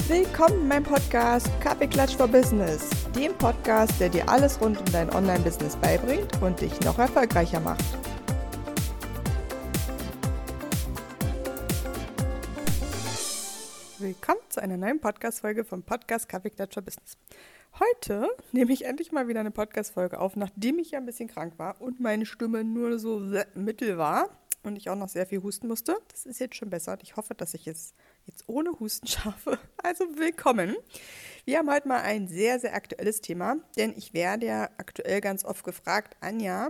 Willkommen in meinem Podcast Kaffeeklatsch for Business, dem Podcast, der dir alles rund um dein Online-Business beibringt und dich noch erfolgreicher macht. Willkommen zu einer neuen Podcast-Folge vom Podcast Kaffeeklatsch for Business. Heute nehme ich endlich mal wieder eine Podcast-Folge auf, nachdem ich ja ein bisschen krank war und meine Stimme nur so mittel war und ich auch noch sehr viel husten musste. Das ist jetzt schon besser und ich hoffe, dass ich es jetzt ohne Husten schaffe. Also willkommen. Wir haben heute mal ein sehr, sehr aktuelles Thema, denn ich werde ja aktuell ganz oft gefragt, Anja,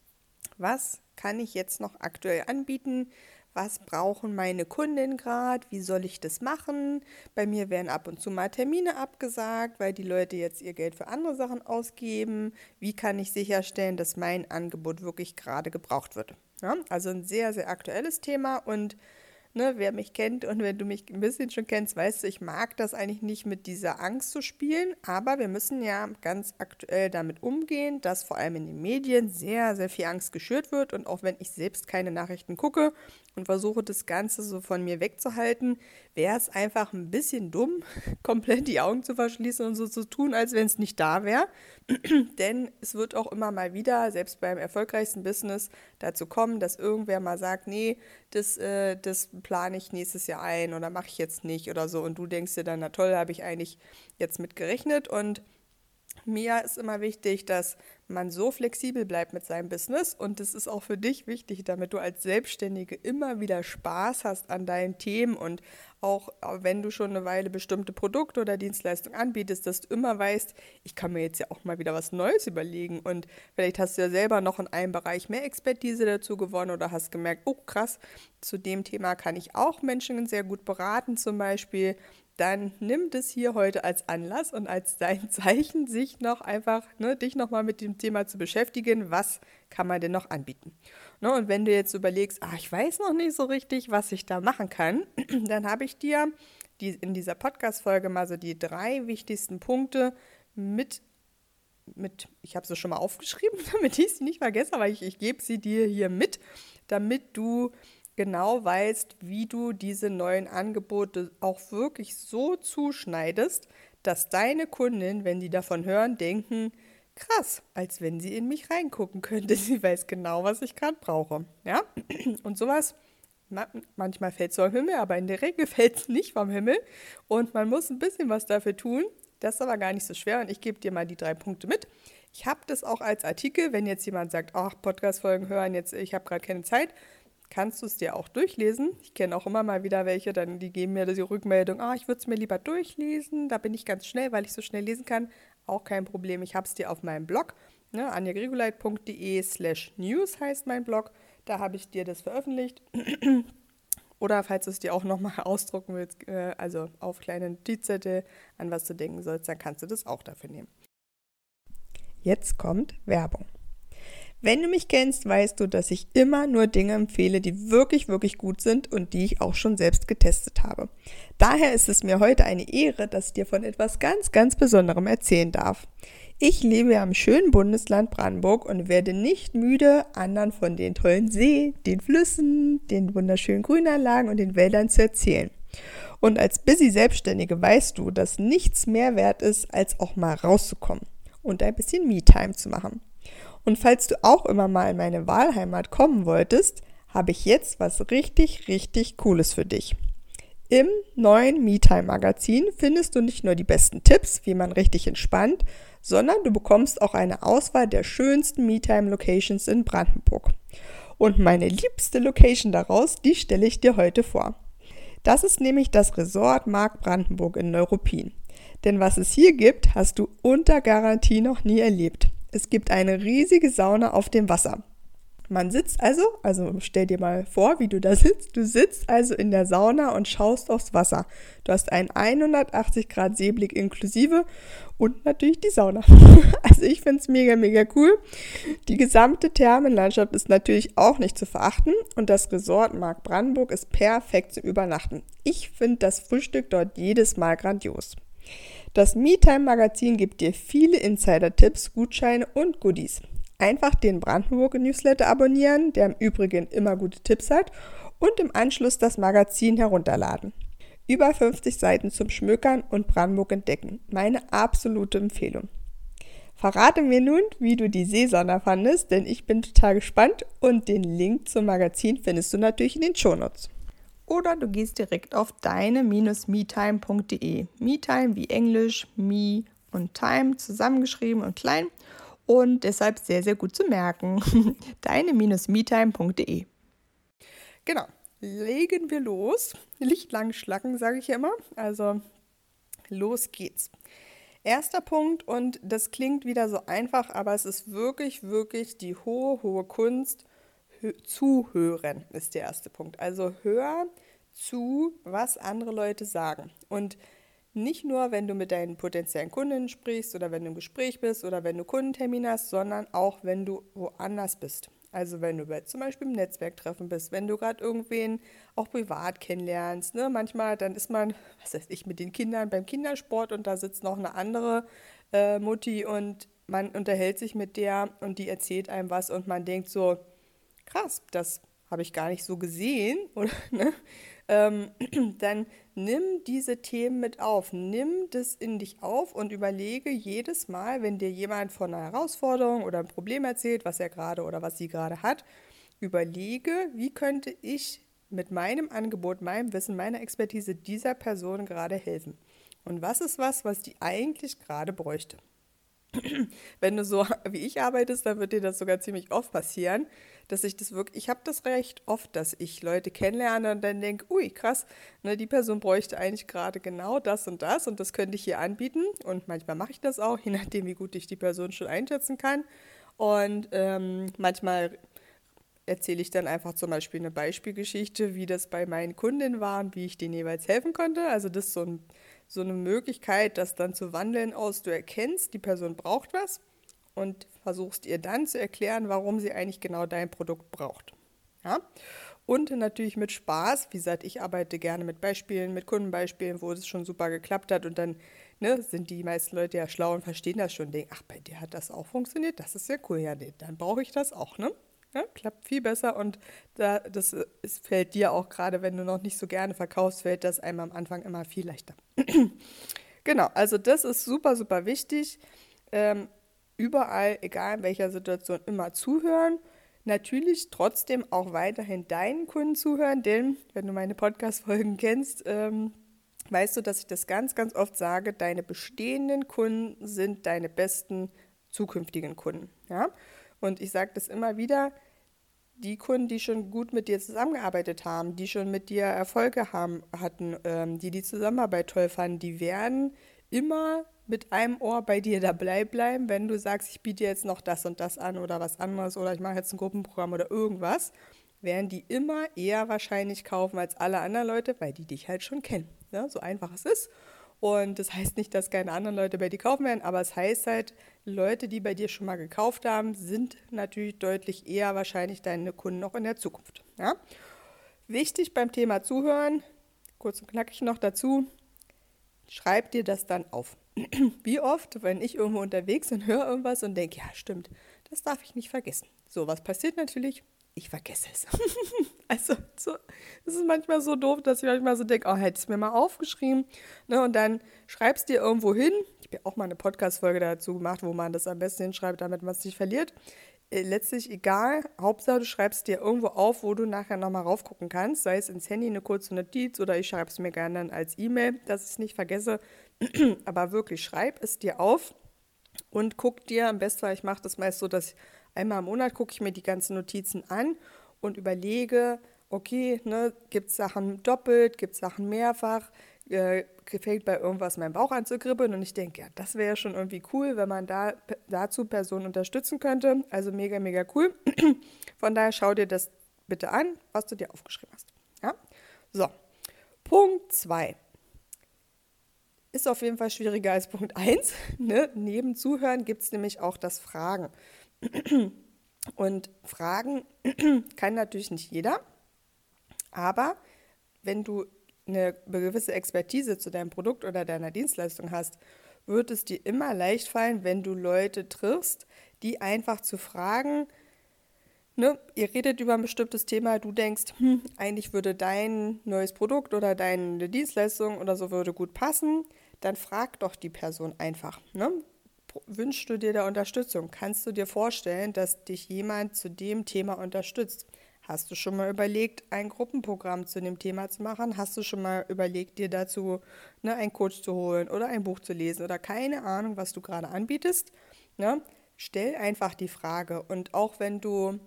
was kann ich jetzt noch aktuell anbieten? Was brauchen meine Kunden gerade? Wie soll ich das machen? Bei mir werden ab und zu mal Termine abgesagt, weil die Leute jetzt ihr Geld für andere Sachen ausgeben. Wie kann ich sicherstellen, dass mein Angebot wirklich gerade gebraucht wird? Ja, also ein sehr, sehr aktuelles Thema und wer mich kennt und wenn du mich ein bisschen schon kennst, weißt du, ich mag das eigentlich nicht mit dieser Angst zu spielen, aber wir müssen ja ganz aktuell damit umgehen, dass vor allem in den Medien sehr, sehr viel Angst geschürt wird und auch wenn ich selbst keine Nachrichten gucke und versuche das Ganze so von mir wegzuhalten, wäre es einfach ein bisschen dumm, komplett die Augen zu verschließen und so zu tun, als wenn es nicht da wäre. Denn es wird auch immer mal wieder, selbst beim erfolgreichsten Business, dazu kommen, dass irgendwer mal sagt, nee, das plane ich nächstes Jahr ein oder mache ich jetzt nicht oder so. Und du denkst dir dann, na toll, habe ich eigentlich jetzt mit gerechnet. Und mir ist immer wichtig, dass man so flexibel bleibt mit seinem Business und das ist auch für dich wichtig, damit du als Selbstständige immer wieder Spaß hast an deinen Themen und auch wenn du schon eine Weile bestimmte Produkte oder Dienstleistungen anbietest, dass du immer weißt, ich kann mir jetzt ja auch mal wieder was Neues überlegen und vielleicht hast du ja selber noch in einem Bereich mehr Expertise dazu gewonnen oder hast gemerkt, oh krass, zu dem Thema kann ich auch Menschen sehr gut beraten zum Beispiel. Dann nimm das hier heute als Anlass und als dein Zeichen, dich noch mal mit dem Thema zu beschäftigen, was kann man denn noch anbieten. Und wenn du jetzt überlegst, ich weiß noch nicht so richtig, was ich da machen kann, dann habe ich dir in dieser Podcast-Folge mal so die 3 wichtigsten Punkte ich habe sie schon mal aufgeschrieben, damit ich sie nicht vergesse, aber ich gebe sie dir hier mit, damit du genau weißt, wie du diese neuen Angebote auch wirklich so zuschneidest, dass deine Kunden, wenn die davon hören, denken, krass, als wenn sie in mich reingucken könnte. Sie weiß genau, was ich gerade brauche. Ja? Und sowas, manchmal fällt es vom Himmel, aber in der Regel fällt es nicht vom Himmel. Und man muss ein bisschen was dafür tun. Das ist aber gar nicht so schwer und ich gebe dir mal die 3 Punkte mit. Ich habe das auch als Artikel, wenn jetzt jemand sagt, Podcast-Folgen hören, ich habe gerade keine Zeit, kannst du es dir auch durchlesen. Ich kenne auch immer mal wieder welche, die geben mir die Rückmeldung, ich würde es mir lieber durchlesen, da bin ich ganz schnell, weil ich so schnell lesen kann. Auch kein Problem, ich habe es dir auf meinem Blog, anjagrigoleit.de/news heißt mein Blog, da habe ich dir das veröffentlicht. Oder falls du es dir auch nochmal ausdrucken willst, also auf kleinen Notizzettel, an was du denken sollst, dann kannst du das auch dafür nehmen. Jetzt kommt Werbung. Wenn du mich kennst, weißt du, dass ich immer nur Dinge empfehle, die wirklich, wirklich gut sind und die ich auch schon selbst getestet habe. Daher ist es mir heute eine Ehre, dass ich dir von etwas ganz, ganz Besonderem erzählen darf. Ich lebe ja im schönen Bundesland Brandenburg und werde nicht müde, anderen von den tollen Seen, den Flüssen, den wunderschönen Grünanlagen und den Wäldern zu erzählen. Und als busy Selbstständige weißt du, dass nichts mehr wert ist, als auch mal rauszukommen und ein bisschen Me-Time zu machen. Und falls du auch immer mal in meine Wahlheimat kommen wolltest, habe ich jetzt was richtig, richtig Cooles für dich. Im neuen MeTime-Magazin findest du nicht nur die besten Tipps, wie man richtig entspannt, sondern du bekommst auch eine Auswahl der schönsten MeTime-Locations in Brandenburg. Und meine liebste Location daraus, die stelle ich dir heute vor. Das ist nämlich das Resort Mark Brandenburg in Neuruppin. Denn was es hier gibt, hast du unter Garantie noch nie erlebt. Es gibt eine riesige Sauna auf dem Wasser. Man sitzt also stell dir mal vor, wie du da sitzt. Du sitzt also in der Sauna und schaust aufs Wasser. Du hast einen 180-Grad-Seeblick inklusive und natürlich die Sauna. Also ich finde es mega, mega cool. Die gesamte Thermenlandschaft ist natürlich auch nicht zu verachten und das Resort Mark Brandenburg ist perfekt zum Übernachten. Ich finde das Frühstück dort jedes Mal grandios. Das MeTime-Magazin gibt dir viele Insider-Tipps, Gutscheine und Goodies. Einfach den Brandenburg-Newsletter abonnieren, der im Übrigen immer gute Tipps hat, und im Anschluss das Magazin herunterladen. Über 50 Seiten zum Schmökern und Brandenburg entdecken. Meine absolute Empfehlung. Verrate mir nun, wie du die Seesonne fandest, denn ich bin total gespannt und den Link zum Magazin findest du natürlich in den Shownotes. Oder du gehst direkt auf deine-metime.de. Metime wie Englisch, me und time zusammengeschrieben und klein und deshalb sehr, sehr gut zu merken. deine-metime.de. Genau, legen wir los. Licht lang schlacken, sage ich ja immer. Also los geht's. Erster Punkt, und das klingt wieder so einfach, aber es ist wirklich, wirklich die hohe, hohe Kunst. Zuhören ist der erste Punkt. Also hör zu, was andere Leute sagen. Und nicht nur, wenn du mit deinen potenziellen Kunden sprichst oder wenn du im Gespräch bist oder wenn du Kundentermin hast, sondern auch, wenn du woanders bist. Also wenn du zum Beispiel im Netzwerktreffen bist, wenn du gerade irgendwen auch privat kennenlernst. Ne? Manchmal, dann ist man, was weiß ich, mit den Kindern beim Kindersport und da sitzt noch eine andere Mutti und man unterhält sich mit der und die erzählt einem was und man denkt so, krass, das habe ich gar nicht so gesehen. Oder, ne? Dann nimm diese Themen mit auf, nimm das in dich auf und überlege jedes Mal, wenn dir jemand von einer Herausforderung oder einem Problem erzählt, was er gerade oder was sie gerade hat, überlege, wie könnte ich mit meinem Angebot, meinem Wissen, meiner Expertise dieser Person gerade helfen. Und was ist was die eigentlich gerade bräuchte. Wenn du so wie ich arbeitest, dann wird dir das sogar ziemlich oft passieren, dass ich das wirklich, ich habe das recht oft, dass ich Leute kennenlerne und dann denke, ui, krass, ne, die Person bräuchte eigentlich gerade genau das und das könnte ich hier anbieten und manchmal mache ich das auch, je nachdem, wie gut ich die Person schon einschätzen kann und manchmal erzähle ich dann einfach zum Beispiel eine Beispielgeschichte, wie das bei meinen Kundinnen war und wie ich denen jeweils helfen konnte. Also das ist so eine Möglichkeit, das dann zu wandeln aus, du erkennst, die Person braucht was und versuchst ihr dann zu erklären, warum sie eigentlich genau dein Produkt braucht. Ja? Und natürlich mit Spaß. Wie gesagt, ich arbeite gerne mit Beispielen, mit Kundenbeispielen, wo es schon super geklappt hat und dann sind die meisten Leute ja schlau und verstehen das schon, denken, ach, bei dir hat das auch funktioniert, das ist ja cool, ja, nee, dann brauche ich das auch, ne? Ja, klappt viel besser und es fällt dir auch gerade, wenn du noch nicht so gerne verkaufst, fällt das einem am Anfang immer viel leichter. Genau, also das ist super, super wichtig. Überall, egal in welcher Situation, immer zuhören. Natürlich trotzdem auch weiterhin deinen Kunden zuhören, denn wenn du meine Podcast-Folgen kennst, weißt du, dass ich das ganz, ganz oft sage, deine bestehenden Kunden sind deine besten zukünftigen Kunden. Ja? Und ich sage das immer wieder, die Kunden, die schon gut mit dir zusammengearbeitet haben, die schon mit dir Erfolge hatten, die Zusammenarbeit toll fanden, die werden immer mit einem Ohr bei dir dabei bleiben, wenn du sagst, ich biete jetzt noch das und das an oder was anderes oder ich mache jetzt ein Gruppenprogramm oder irgendwas, werden die immer eher wahrscheinlich kaufen als alle anderen Leute, weil die dich halt schon kennen. Ja, so einfach es ist. Und das heißt nicht, dass keine anderen Leute bei dir kaufen werden, aber es heißt halt, Leute, die bei dir schon mal gekauft haben, sind natürlich deutlich eher wahrscheinlich deine Kunden auch in der Zukunft. Ja? Wichtig beim Thema Zuhören, kurz und knackig noch dazu, schreib dir das dann auf. Wie oft, wenn ich irgendwo unterwegs bin, höre irgendwas und denke, ja stimmt, das darf ich nicht vergessen. So, was passiert natürlich? Ich vergesse es. Also, es ist manchmal so doof, dass ich manchmal so denke, oh, hätte ich es mir mal aufgeschrieben. Ne, und dann schreibst du dir irgendwo hin. Ich habe ja auch mal eine Podcast-Folge dazu gemacht, wo man das am besten hinschreibt, damit man es nicht verliert. Letztlich egal, Hauptsache du schreibst dir irgendwo auf, wo du nachher nochmal raufgucken kannst, sei es ins Handy eine kurze Notiz oder ich schreibe es mir gerne dann als E-Mail, dass ich es nicht vergesse. Aber wirklich, schreib es dir auf und guck dir, am besten, ich mache das meist so, dass einmal im Monat gucke ich mir die ganzen Notizen an und überlege, okay, ne, gibt es Sachen doppelt, gibt es Sachen mehrfach, fängt bei irgendwas mein Bauch an zu kribbeln und ich denke, ja, das wäre schon irgendwie cool, wenn man dazu Personen unterstützen könnte. Also mega, mega cool. Von daher schau dir das bitte an, was du dir aufgeschrieben hast. Ja? So, Punkt 2. Ist auf jeden Fall schwieriger als Punkt 1. Ne? Neben Zuhören gibt es nämlich auch das Fragen. Und Fragen kann natürlich nicht jeder, aber wenn du eine gewisse Expertise zu deinem Produkt oder deiner Dienstleistung hast, wird es dir immer leicht fallen, wenn du Leute triffst, die einfach zu fragen, Ne, ihr redet über ein bestimmtes Thema, du denkst, eigentlich würde dein neues Produkt oder deine Dienstleistung oder so würde gut passen, dann frag doch die Person einfach. Ne? Wünschst du dir da Unterstützung? Kannst du dir vorstellen, dass dich jemand zu dem Thema unterstützt? Hast du schon mal überlegt, ein Gruppenprogramm zu dem Thema zu machen? Hast du schon mal überlegt, dir dazu einen Coach zu holen oder ein Buch zu lesen oder keine Ahnung, was du gerade anbietest? Ne? Stell einfach die Frage. Und auch wenn du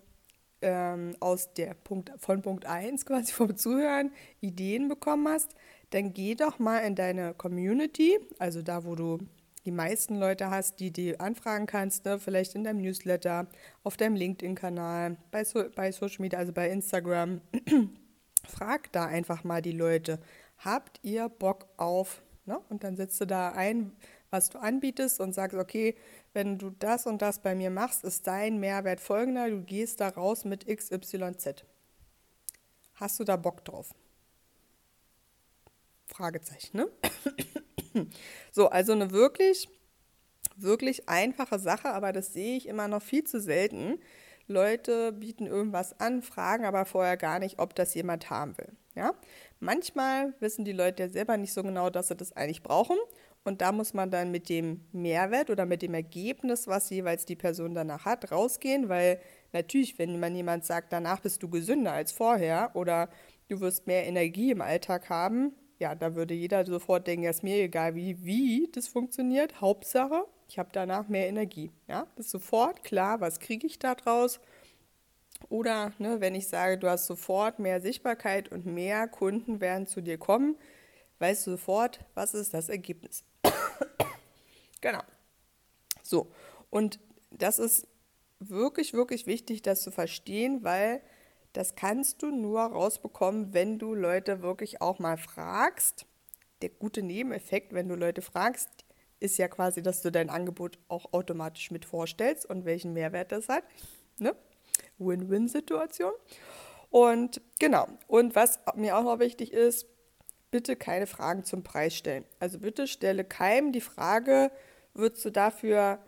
von Punkt eins quasi vom Zuhören Ideen bekommen hast, dann geh doch mal in deine Community, also da, wo du die meisten Leute hast, die anfragen kannst, ne? Vielleicht in deinem Newsletter, auf deinem LinkedIn-Kanal, bei Social Media, also bei Instagram. Frag da einfach mal die Leute, habt ihr Bock auf? Ne? Und dann setzt du da ein, was du anbietest und sagst, okay, wenn du das und das bei mir machst, ist dein Mehrwert folgender, du gehst da raus mit XYZ. Hast du da Bock drauf? Fragezeichen, ne? So, also eine wirklich, wirklich einfache Sache, aber das sehe ich immer noch viel zu selten. Leute bieten irgendwas an, fragen aber vorher gar nicht, ob das jemand haben will. Ja? Manchmal wissen die Leute ja selber nicht so genau, dass sie das eigentlich brauchen. Und da muss man dann mit dem Mehrwert oder mit dem Ergebnis, was jeweils die Person danach hat, rausgehen, weil natürlich, wenn man jemand sagt, danach bist du gesünder als vorher oder du wirst mehr Energie im Alltag haben, ja, da würde jeder sofort denken, ja, ist mir egal, wie das funktioniert. Hauptsache, ich habe danach mehr Energie. Ja, das ist sofort klar, was kriege ich da draus. Oder ne, wenn ich sage, du hast sofort mehr Sichtbarkeit und mehr Kunden werden zu dir kommen, weißt du sofort, was ist das Ergebnis. Genau. So, und das ist wirklich, wirklich wichtig, das zu verstehen, weil das kannst du nur rausbekommen, wenn du Leute wirklich auch mal fragst. Der gute Nebeneffekt, wenn du Leute fragst, ist ja quasi, dass du dein Angebot auch automatisch mit vorstellst und welchen Mehrwert das hat. Ne? Win-Win-Situation. Und genau, und was mir auch noch wichtig ist, bitte keine Fragen zum Preis stellen. Also bitte stelle keinem die Frage, würdest du dafür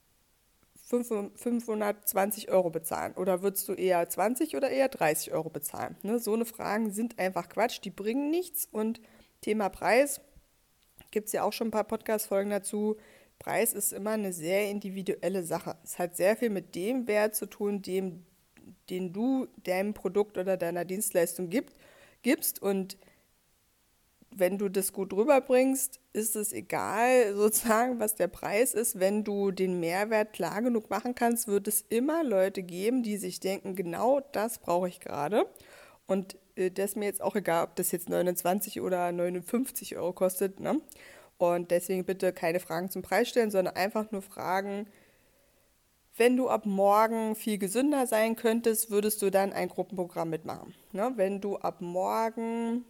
520 € bezahlen oder würdest du eher 20 oder eher 30 € bezahlen? Ne? So eine Fragen sind einfach Quatsch, die bringen nichts. Und Thema Preis, gibt es ja auch schon ein paar Podcast-Folgen dazu. Preis ist immer eine sehr individuelle Sache. Es hat sehr viel mit dem Wert zu tun, den du deinem Produkt oder deiner Dienstleistung gibst. Und wenn du das gut rüberbringst, ist es egal, sozusagen, was der Preis ist. Wenn du den Mehrwert klar genug machen kannst, wird es immer Leute geben, die sich denken, genau das brauche ich gerade. Und das ist mir jetzt auch egal, ob das jetzt 29 oder 59 € kostet. Ne? Und deswegen bitte keine Fragen zum Preis stellen, sondern einfach nur fragen, wenn du ab morgen viel gesünder sein könntest, würdest du dann ein Gruppenprogramm mitmachen. Ne? Wenn du ab morgen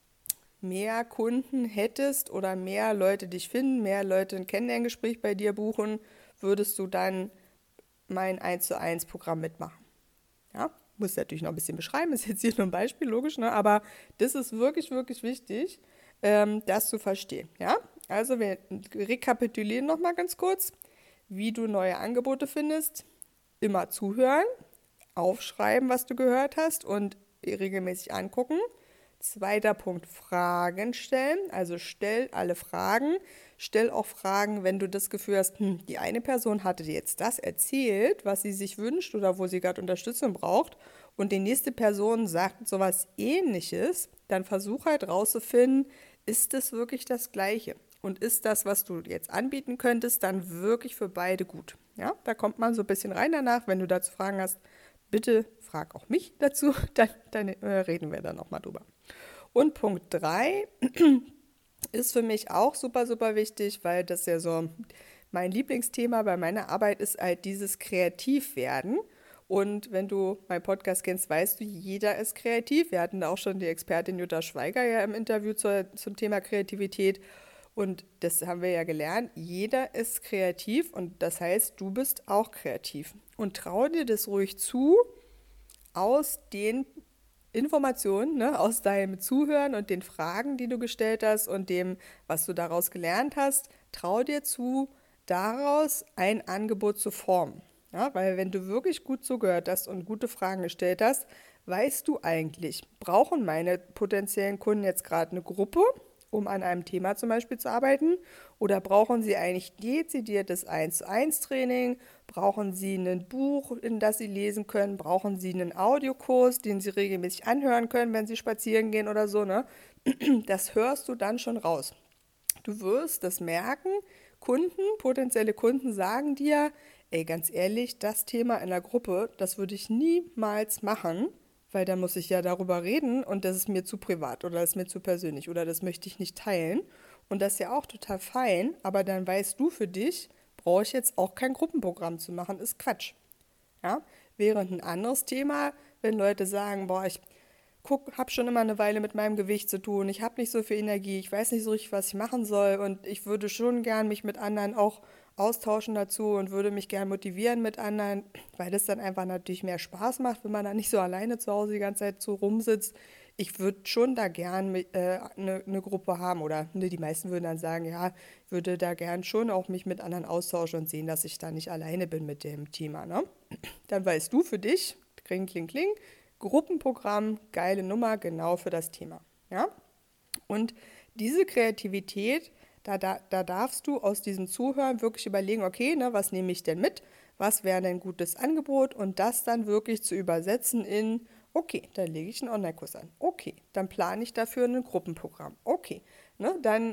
mehr Kunden hättest oder mehr Leute dich finden, mehr Leute ein Kennenlerngespräch bei dir buchen, würdest du dann mein 1:1 Programm mitmachen. Ja, muss natürlich noch ein bisschen beschreiben, ist jetzt hier nur ein Beispiel, logisch, ne? Aber das ist wirklich, wirklich wichtig, das zu verstehen. Ja? Also wir rekapitulieren nochmal ganz kurz, wie du neue Angebote findest. Immer zuhören, aufschreiben, was du gehört hast und regelmäßig angucken. Zweiter Punkt, Fragen stellen. Also stell alle Fragen. Stell auch Fragen, wenn du das Gefühl hast, die eine Person hatte dir jetzt das erzählt, was sie sich wünscht oder wo sie gerade Unterstützung braucht und die nächste Person sagt sowas Ähnliches, dann versuch halt rauszufinden, ist das wirklich das Gleiche? Und ist das, was du jetzt anbieten könntest, dann wirklich für beide gut? Ja, da kommt man so ein bisschen rein danach. Wenn du dazu Fragen hast, bitte frag auch mich dazu, dann reden wir da nochmal drüber. Und Punkt 3 ist für mich auch super, super wichtig, weil das ja so mein Lieblingsthema bei meiner Arbeit ist halt dieses Kreativwerden. Und wenn du meinen Podcast kennst, weißt du, jeder ist kreativ. Wir hatten da auch schon die Expertin Jutta Schweiger ja im Interview zum Thema Kreativität. Und das haben wir ja gelernt. Jeder ist kreativ und das heißt, du bist auch kreativ. Und trau dir das ruhig zu, aus den Informationen, ne, aus deinem Zuhören und den Fragen, die du gestellt hast und dem, was du daraus gelernt hast, trau dir zu, daraus ein Angebot zu formen. Ja, weil wenn du wirklich gut zugehört hast und gute Fragen gestellt hast, weißt du eigentlich, brauchen meine potenziellen Kunden jetzt gerade eine Gruppe, um an einem Thema zum Beispiel zu arbeiten? Oder brauchen sie eigentlich dezidiertes 1:1 Training? Brauchen sie ein Buch, in das sie lesen können? Brauchen sie einen Audiokurs, den sie regelmäßig anhören können, wenn sie spazieren gehen oder so, ne? Das hörst du dann schon raus. Du wirst das merken, Kunden, potenzielle Kunden sagen dir, ey, ganz ehrlich, das Thema in der Gruppe, das würde ich niemals machen, weil da muss ich ja darüber reden und das ist mir zu privat oder das ist mir zu persönlich oder das möchte ich nicht teilen. Und das ist ja auch total fein, aber dann weißt du für dich, brauche ich jetzt auch kein Gruppenprogramm zu machen, ist Quatsch. Ja? Während ein anderes Thema, wenn Leute sagen, boah, ich habe schon immer eine Weile mit meinem Gewicht zu tun, ich habe nicht so viel Energie, ich weiß nicht so richtig, was ich machen soll und ich würde schon gern mich mit anderen auch austauschen dazu und würde mich gern motivieren mit anderen, weil das dann einfach natürlich mehr Spaß macht, wenn man da nicht so alleine zu Hause die ganze Zeit so rumsitzt. Ich würde schon da gern eine Gruppe haben oder ne, die meisten würden dann sagen, ja, ich würde da gern schon auch mich mit anderen austauschen und sehen, dass ich da nicht alleine bin mit dem Thema. Ne? Dann weißt du für dich, kling, kling, kling, Gruppenprogramm, geile Nummer, genau für das Thema. Ja? Und diese Kreativität, da darfst du aus diesem Zuhören wirklich überlegen, okay, ne, was nehme ich denn mit? Was wäre denn ein gutes Angebot? Und das dann wirklich zu übersetzen in, okay, dann lege ich einen Online-Kurs an. Okay, dann plane ich dafür ein Gruppenprogramm. Okay, ne, dann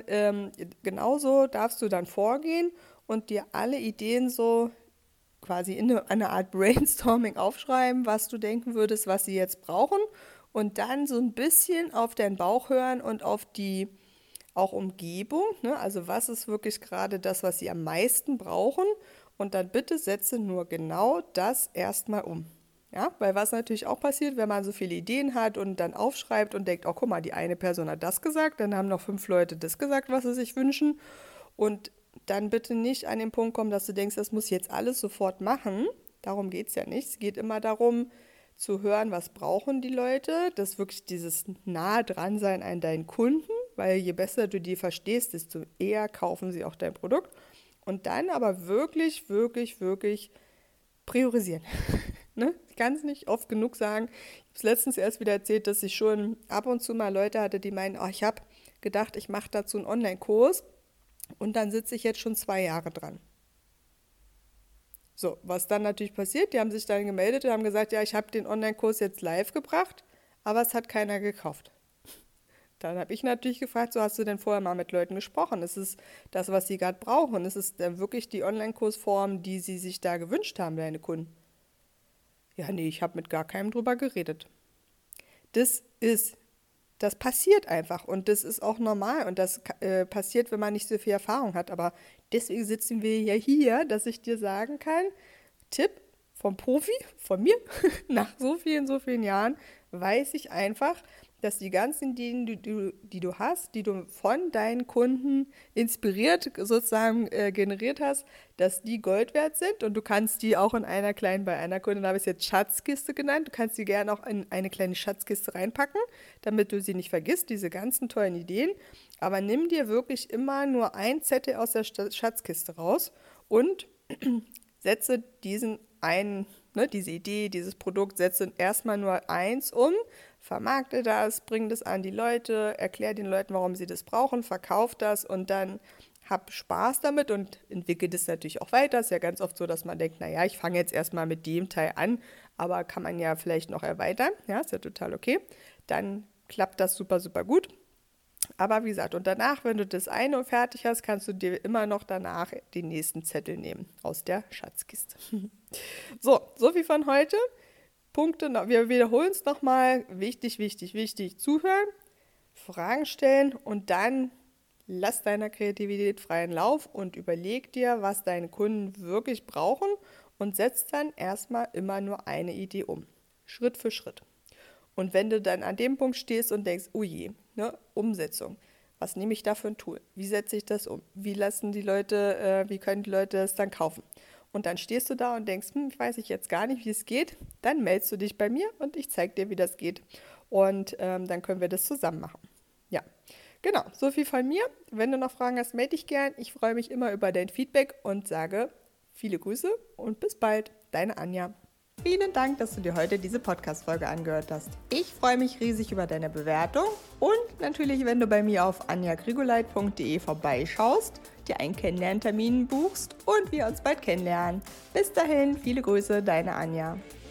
genauso darfst du dann vorgehen und dir alle Ideen so quasi in eine Art Brainstorming aufschreiben, was du denken würdest, was sie jetzt brauchen und dann so ein bisschen auf deinen Bauch hören und auf die auch Umgebung, ne? Also was ist wirklich gerade das, was sie am meisten brauchen und dann bitte setze nur genau das erstmal um. Ja, weil was natürlich auch passiert, wenn man so viele Ideen hat und dann aufschreibt und denkt, oh guck mal, die eine Person hat das gesagt, dann haben noch 5 Leute das gesagt, was sie sich wünschen und dann bitte nicht an den Punkt kommen, dass du denkst, das muss ich jetzt alles sofort machen. Darum geht es ja nicht. Es geht immer darum, zu hören, was brauchen die Leute. Das ist wirklich dieses nah dran sein an deinen Kunden, weil je besser du die verstehst, desto eher kaufen sie auch dein Produkt. Und dann aber wirklich, wirklich, wirklich priorisieren. Ne? Ich kann es nicht oft genug sagen. Ich habe es letztens erst wieder erzählt, dass ich schon ab und zu mal Leute hatte, die meinen, oh, ich habe gedacht, ich mache dazu einen Online-Kurs. Und dann sitze ich jetzt schon 2 Jahre dran. So, was dann natürlich passiert, die haben sich dann gemeldet und haben gesagt, ja, ich habe den Online-Kurs jetzt live gebracht, aber es hat keiner gekauft. Dann habe ich natürlich gefragt, so hast du denn vorher mal mit Leuten gesprochen? Ist es das, was sie gerade brauchen? Ist es denn wirklich die Online-Kursform, die sie sich da gewünscht haben, deine Kunden? Ja, nee, ich habe mit gar keinem drüber geredet. Das ist Das passiert einfach und das ist auch normal und das passiert, wenn man nicht so viel Erfahrung hat. Aber deswegen sitzen wir ja hier, dass ich dir sagen kann, Tipp vom Profi, von mir, nach so vielen Jahren, weiß ich einfach, dass die ganzen Ideen, die du hast, die du von deinen Kunden inspiriert sozusagen generiert hast, dass die Gold wert sind und du kannst die auch in einer kleinen, bei einer Kundin habe ich es jetzt Schatzkiste genannt, du kannst die gerne auch in eine kleine Schatzkiste reinpacken, damit du sie nicht vergisst, diese ganzen tollen Ideen. Aber nimm dir wirklich immer nur ein Zettel aus der Schatzkiste raus und setze diesen einen, ne, diese Idee, dieses Produkt, setze erstmal nur eins um, vermarkte das, bring das an die Leute, erklär den Leuten, warum sie das brauchen, verkauf das und dann hab Spaß damit und entwickle das natürlich auch weiter. Ist ja ganz oft so, dass man denkt, naja, ich fange jetzt erstmal mit dem Teil an, aber kann man ja vielleicht noch erweitern. Ja, ist ja total okay. Dann klappt das super, super gut. Aber wie gesagt, und danach, wenn du das eine fertig hast, kannst du dir immer noch danach den nächsten Zettel nehmen aus der Schatzkiste. So viel von heute. Punkte, wir wiederholen es nochmal. Wichtig, wichtig, wichtig. Zuhören, Fragen stellen und dann lass deiner Kreativität freien Lauf und überleg dir, was deine Kunden wirklich brauchen und setz dann erstmal immer nur eine Idee um. Schritt für Schritt. Und wenn du dann an dem Punkt stehst und denkst, oh je, ne, Umsetzung, was nehme ich da für ein Tool? Wie setze ich das um? Wie können die Leute es dann kaufen? Und dann stehst du da und denkst, ich weiß jetzt gar nicht, wie es geht. Dann meldest du dich bei mir und ich zeige dir, wie das geht. Und dann können wir das zusammen machen. Ja, genau, so viel von mir. Wenn du noch Fragen hast, melde dich gern. Ich freue mich immer über dein Feedback und sage viele Grüße und bis bald. deine Anja. Vielen Dank, dass du dir heute diese Podcast-Folge angehört hast. Ich freue mich riesig über deine Bewertung und natürlich, wenn du bei mir auf anjagrigoleit.de vorbeischaust, dir einen Kennenlerntermin buchst und wir uns bald kennenlernen. Bis dahin, viele Grüße, deine Anja.